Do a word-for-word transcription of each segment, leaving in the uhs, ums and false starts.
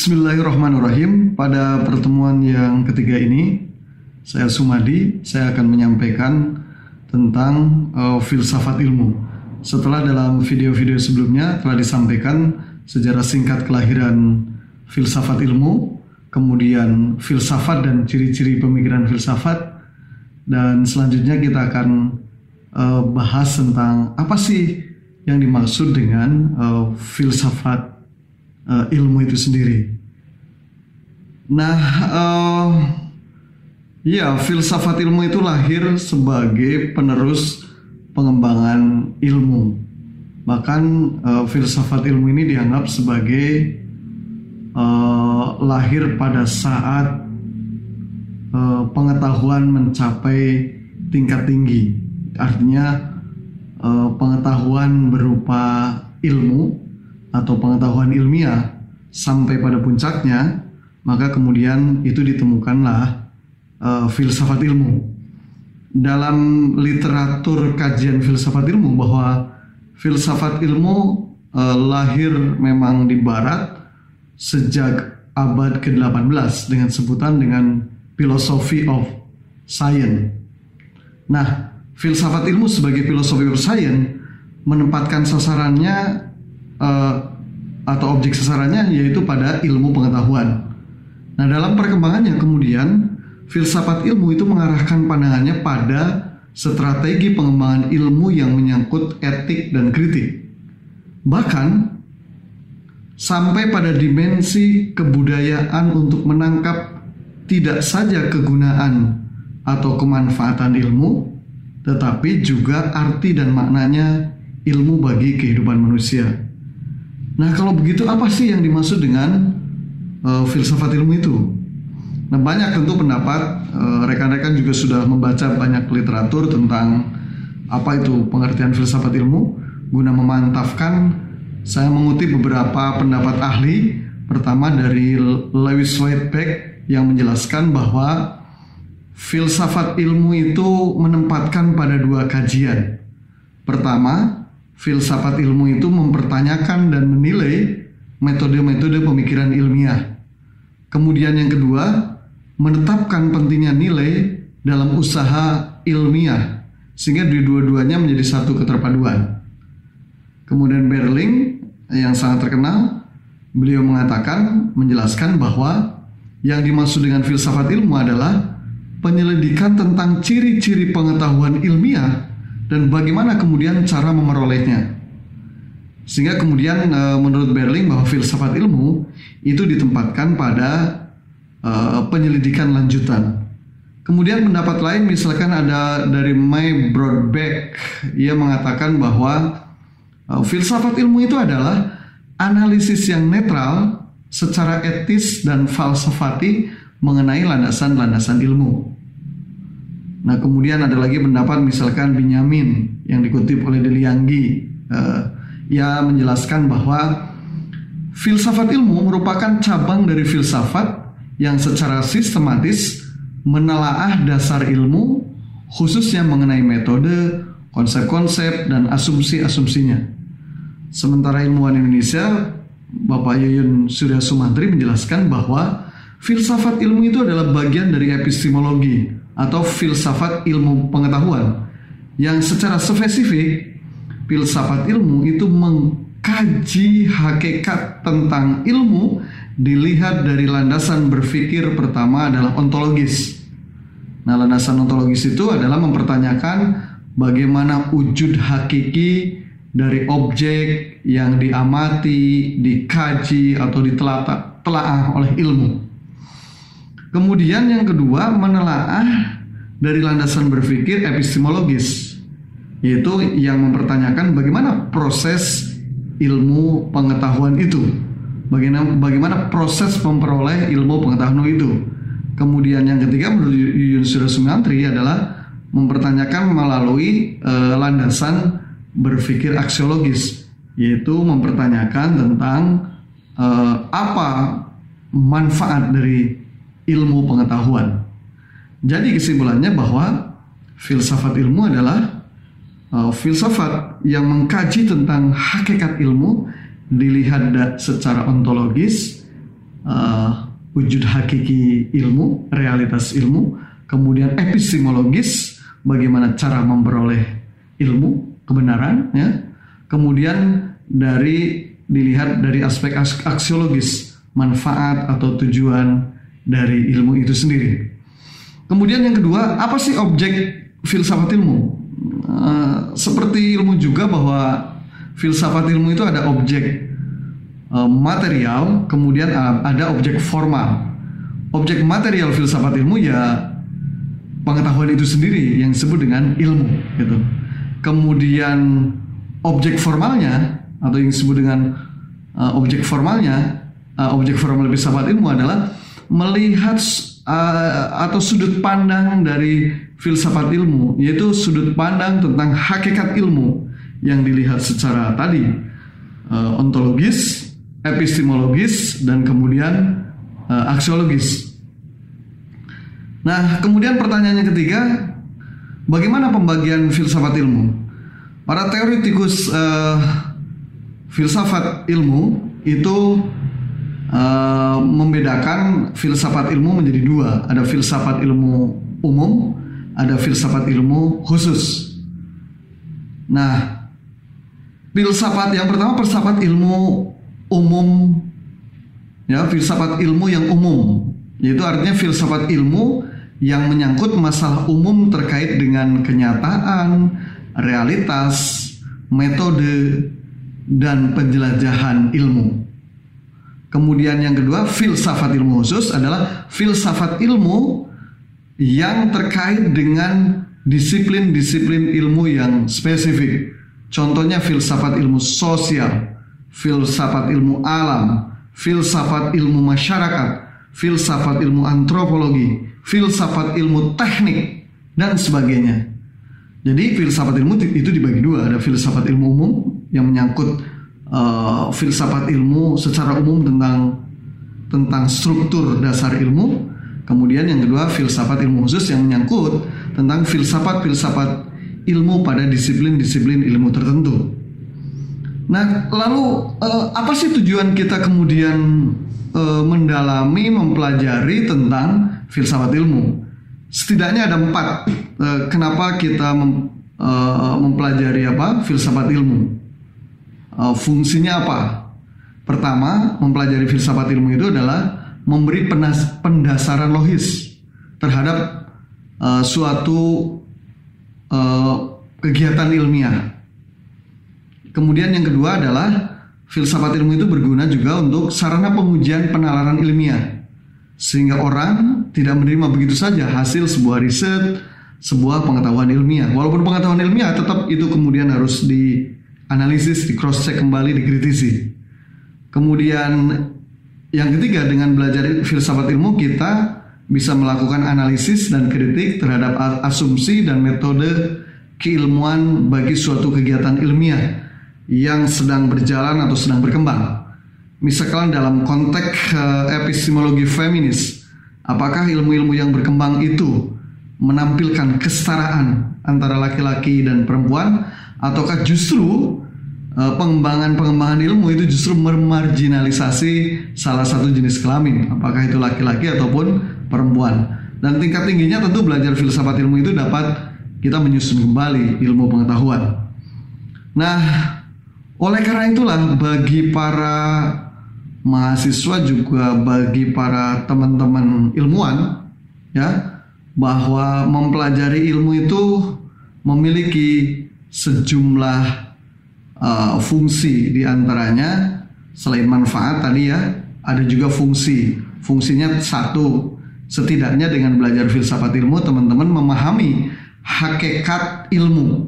Bismillahirrahmanirrahim. Pada pertemuan yang ketiga ini, saya Sumadi, saya akan menyampaikan tentang uh, filsafat ilmu. Setelah dalam video-video sebelumnya telah disampaikan sejarah singkat kelahiran filsafat ilmu, kemudian filsafat dan ciri-ciri pemikiran filsafat, dan selanjutnya kita akan uh, bahas tentang apa sih yang dimaksud dengan uh, filsafat Uh, ilmu itu sendiri. Nah, uh, ya filsafat ilmu itu lahir sebagai penerus pengembangan ilmu. Bahkan uh, filsafat ilmu ini dianggap sebagai uh, lahir pada saat uh, pengetahuan mencapai tingkat tinggi. Artinya uh, pengetahuan berupa ilmu atau pengetahuan ilmiah sampai pada puncaknya, maka kemudian itu ditemukanlah uh, filsafat ilmu. Dalam literatur kajian filsafat ilmu bahwa filsafat ilmu uh, lahir memang di barat sejak abad ke delapan belas dengan sebutan dengan philosophy of science. Nah, filsafat ilmu sebagai philosophy of science menempatkan sasarannya Uh, atau objek sasarannya yaitu pada ilmu pengetahuan. Nah, dalam perkembangannya kemudian filsafat ilmu itu mengarahkan pandangannya pada strategi pengembangan ilmu yang menyangkut etik dan kritik. Bahkan sampai pada dimensi kebudayaan untuk menangkap tidak saja kegunaan atau kemanfaatan ilmu, tetapi juga arti dan maknanya ilmu bagi kehidupan manusia. Nah, kalau begitu apa sih yang dimaksud dengan uh, filsafat ilmu itu? Nah, banyak tentu pendapat, uh, rekan-rekan juga sudah membaca banyak literatur tentang apa itu pengertian filsafat ilmu. Guna memantapkan, saya mengutip beberapa pendapat ahli. Pertama dari Lewis Whitebeck yang menjelaskan bahwa filsafat ilmu itu menempatkan pada dua kajian. Pertama, filsafat ilmu itu mempertanyakan dan menilai metode-metode pemikiran ilmiah. Kemudian yang kedua, menetapkan pentingnya nilai dalam usaha ilmiah, sehingga dua-duanya menjadi satu keterpaduan. Kemudian Berling yang sangat terkenal, beliau mengatakan, menjelaskan bahwa yang dimaksud dengan filsafat ilmu adalah penyelidikan tentang ciri-ciri pengetahuan ilmiah dan bagaimana kemudian cara memperolehnya. Sehingga kemudian e, menurut Berling bahwa filsafat ilmu itu ditempatkan pada e, penyelidikan lanjutan. Kemudian pendapat lain misalkan ada dari May Broadbeck, ia mengatakan bahwa e, filsafat ilmu itu adalah analisis yang netral secara etis dan falsafati mengenai landasan-landasan ilmu. Nah, kemudian ada lagi pendapat misalkan Benjamin yang dikutip oleh Delianggi. Uh, ia menjelaskan bahwa filsafat ilmu merupakan cabang dari filsafat yang secara sistematis menelaah dasar ilmu, khususnya mengenai metode, konsep-konsep, dan asumsi-asumsinya. Sementara ilmuwan Indonesia, Bapak Yuyun Surya Sumantri menjelaskan bahwa filsafat ilmu itu adalah bagian dari epistemologi atau filsafat ilmu pengetahuan yang secara spesifik filsafat ilmu itu mengkaji hakikat tentang ilmu dilihat dari landasan berpikir pertama adalah ontologis. Nah, landasan ontologis itu adalah mempertanyakan bagaimana wujud hakiki dari objek yang diamati, dikaji atau ditelaah oleh ilmu. Kemudian yang kedua, menelaah dari landasan berpikir epistemologis, yaitu yang mempertanyakan bagaimana proses ilmu pengetahuan itu, bagaimana, bagaimana proses memperoleh ilmu pengetahuan itu. Kemudian yang ketiga menurut Yuyun Surya Sumantri adalah mempertanyakan melalui e, landasan berpikir aksiologis, yaitu mempertanyakan tentang e, apa manfaat dari ilmu pengetahuan. Jadi kesimpulannya bahwa filsafat ilmu adalah uh, filsafat yang mengkaji tentang hakikat ilmu dilihat secara ontologis, uh, wujud hakiki ilmu, realitas ilmu, kemudian epistemologis, bagaimana cara memperoleh ilmu, kebenaran, ya. Kemudian dari dilihat dari aspek aksiologis, manfaat atau tujuan dari ilmu itu sendiri. Kemudian yang kedua, apa sih objek filsafat ilmu? Uh, seperti ilmu juga bahwa filsafat ilmu itu ada objek uh, material, kemudian uh, ada objek formal. Objek material filsafat ilmu ya pengetahuan itu sendiri yang disebut dengan ilmu, gitu. Kemudian objek formalnya atau yang disebut dengan uh, objek formalnya, uh, objek formal filsafat ilmu adalah melihat uh, atau sudut pandang dari filsafat ilmu, yaitu sudut pandang tentang hakikat ilmu yang dilihat secara tadi uh, ontologis, epistemologis, dan kemudian uh, aksiologis. Nah, kemudian pertanyaan yang ketiga, bagaimana pembagian filsafat ilmu? Para teoretikus uh, filsafat ilmu itu uh, membedakan filsafat ilmu menjadi dua. Ada filsafat ilmu umum, ada filsafat ilmu khusus. Nah, filsafat yang pertama filsafat ilmu umum, ya, filsafat ilmu yang umum, yaitu artinya filsafat ilmu yang menyangkut masalah umum terkait dengan kenyataan, realitas, metode, dan penjelajahan ilmu. Kemudian yang kedua, filsafat ilmu khusus adalah filsafat ilmu yang terkait dengan disiplin-disiplin ilmu yang spesifik. Contohnya filsafat ilmu sosial, filsafat ilmu alam, filsafat ilmu masyarakat, filsafat ilmu antropologi, filsafat ilmu teknik, dan sebagainya. Jadi filsafat ilmu itu dibagi dua. Ada filsafat ilmu umum yang menyangkut uh, filsafat ilmu secara umum tentang tentang struktur dasar ilmu. Kemudian yang kedua filsafat ilmu khusus yang menyangkut tentang filsafat-filsafat ilmu pada disiplin-disiplin ilmu tertentu. Nah, lalu uh, apa sih tujuan kita kemudian uh, mendalami, mempelajari tentang filsafat ilmu? Setidaknya ada empat. Uh, kenapa kita mem, uh, mempelajari apa? Filsafat ilmu. Uh, fungsinya apa? Pertama, mempelajari filsafat ilmu itu adalah memberi penas, pendasaran logis terhadap uh, suatu uh, kegiatan ilmiah. Kemudian yang kedua adalah filsafat ilmu itu berguna juga untuk sarana pengujian penalaran ilmiah, sehingga orang tidak menerima begitu saja hasil sebuah riset, sebuah pengetahuan ilmiah. Walaupun pengetahuan ilmiah tetap itu kemudian harus dianalisis, di cross check kembali, dikritisi. Kemudian yang ketiga, dengan belajar filsafat ilmu kita bisa melakukan analisis dan kritik terhadap asumsi dan metode keilmuan bagi suatu kegiatan ilmiah yang sedang berjalan atau sedang berkembang. Misalkan dalam konteks uh, epistemologi feminis, apakah ilmu-ilmu yang berkembang itu menampilkan kesetaraan antara laki-laki dan perempuan, ataukah justru uh, pengembangan-pengembangan ilmu itu justru memarginalisasi salah satu jenis kelamin, apakah itu laki-laki ataupun perempuan. Dan tingkat tingginya tentu belajar filsafat ilmu itu dapat kita menyusun kembali ilmu pengetahuan. Nah, oleh karena itulah bagi para mahasiswa juga bagi para teman-teman ilmuwan, ya, bahwa mempelajari ilmu itu memiliki sejumlah uh, fungsi, diantaranya selain manfaat tadi ya, ada juga fungsi. Fungsinya satu, setidaknya dengan belajar filsafat ilmu teman-teman memahami hakikat ilmu.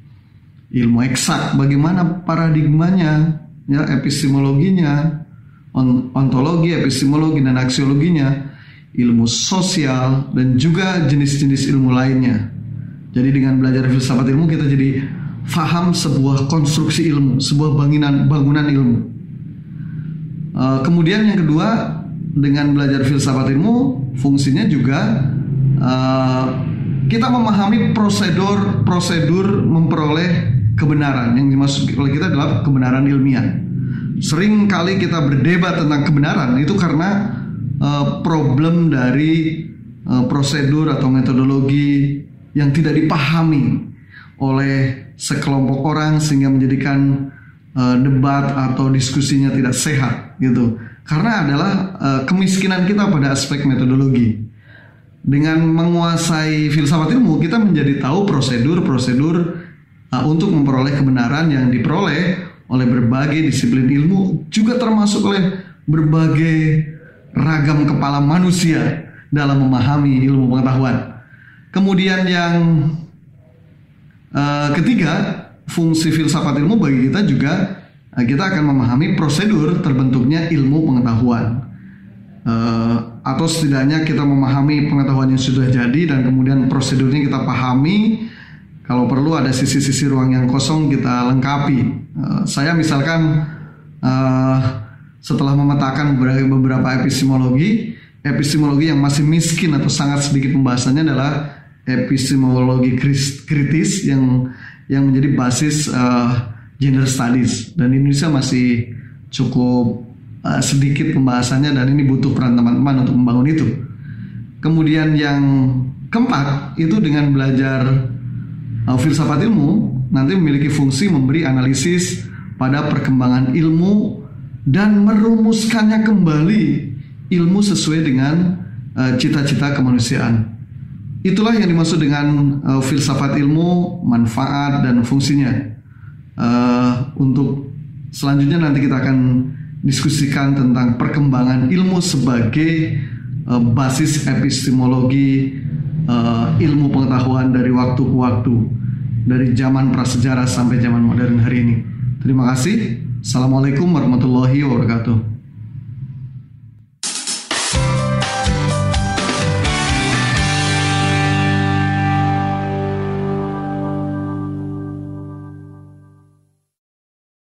Ilmu eksak, bagaimana paradigmanya, ya, epistemologinya, ontologi, epistemologi, dan aksiologinya, ilmu sosial, dan juga jenis-jenis ilmu lainnya. Jadi dengan belajar filsafat ilmu kita jadi faham sebuah konstruksi ilmu, sebuah bangunan bangunan ilmu. Uh, kemudian yang kedua, dengan belajar filsafat ilmu, fungsinya juga uh, kita memahami prosedur-prosedur memperoleh kebenaran. Yang dimaksud oleh kita adalah kebenaran ilmiah. sering kali kita berdebat tentang kebenaran itu karena uh, problem dari uh, prosedur atau metodologi yang tidak dipahami oleh sekelompok orang sehingga menjadikan uh, debat atau diskusinya tidak sehat gitu. Karena adalah uh, kemiskinan kita pada aspek metodologi. Dengan menguasai filsafat ilmu, kita menjadi tahu prosedur-prosedur uh, untuk memperoleh kebenaran yang diperoleh oleh berbagai disiplin ilmu, juga termasuk oleh berbagai ragam kepala manusia dalam memahami ilmu pengetahuan. Kemudian yang uh, ketiga, fungsi filsafat ilmu bagi kita juga uh, kita akan memahami prosedur terbentuknya ilmu pengetahuan. Uh, atau setidaknya kita memahami pengetahuan yang sudah jadi dan kemudian prosedurnya kita pahami. Kalau perlu ada sisi-sisi ruang yang kosong kita lengkapi. Uh, saya misalkan uh, setelah memetakan beberapa epistemologi, epistemologi yang masih miskin atau sangat sedikit pembahasannya adalah epistemologi kritis yang yang menjadi basis uh, gender studies, dan Indonesia masih cukup uh, sedikit pembahasannya dan ini butuh peran teman-teman untuk membangun itu. Kemudian yang keempat itu dengan belajar uh, filsafat ilmu nanti memiliki fungsi memberi analisis pada perkembangan ilmu dan merumuskannya kembali ilmu sesuai dengan uh, cita-cita kemanusiaan. Itulah yang dimaksud dengan uh, filsafat ilmu, manfaat dan fungsinya. Uh, untuk selanjutnya nanti kita akan diskusikan tentang perkembangan ilmu sebagai uh, basis epistemologi uh, ilmu pengetahuan dari waktu ke waktu, dari zaman prasejarah sampai zaman modern hari ini. Terima kasih. Assalamualaikum warahmatullahi wabarakatuh.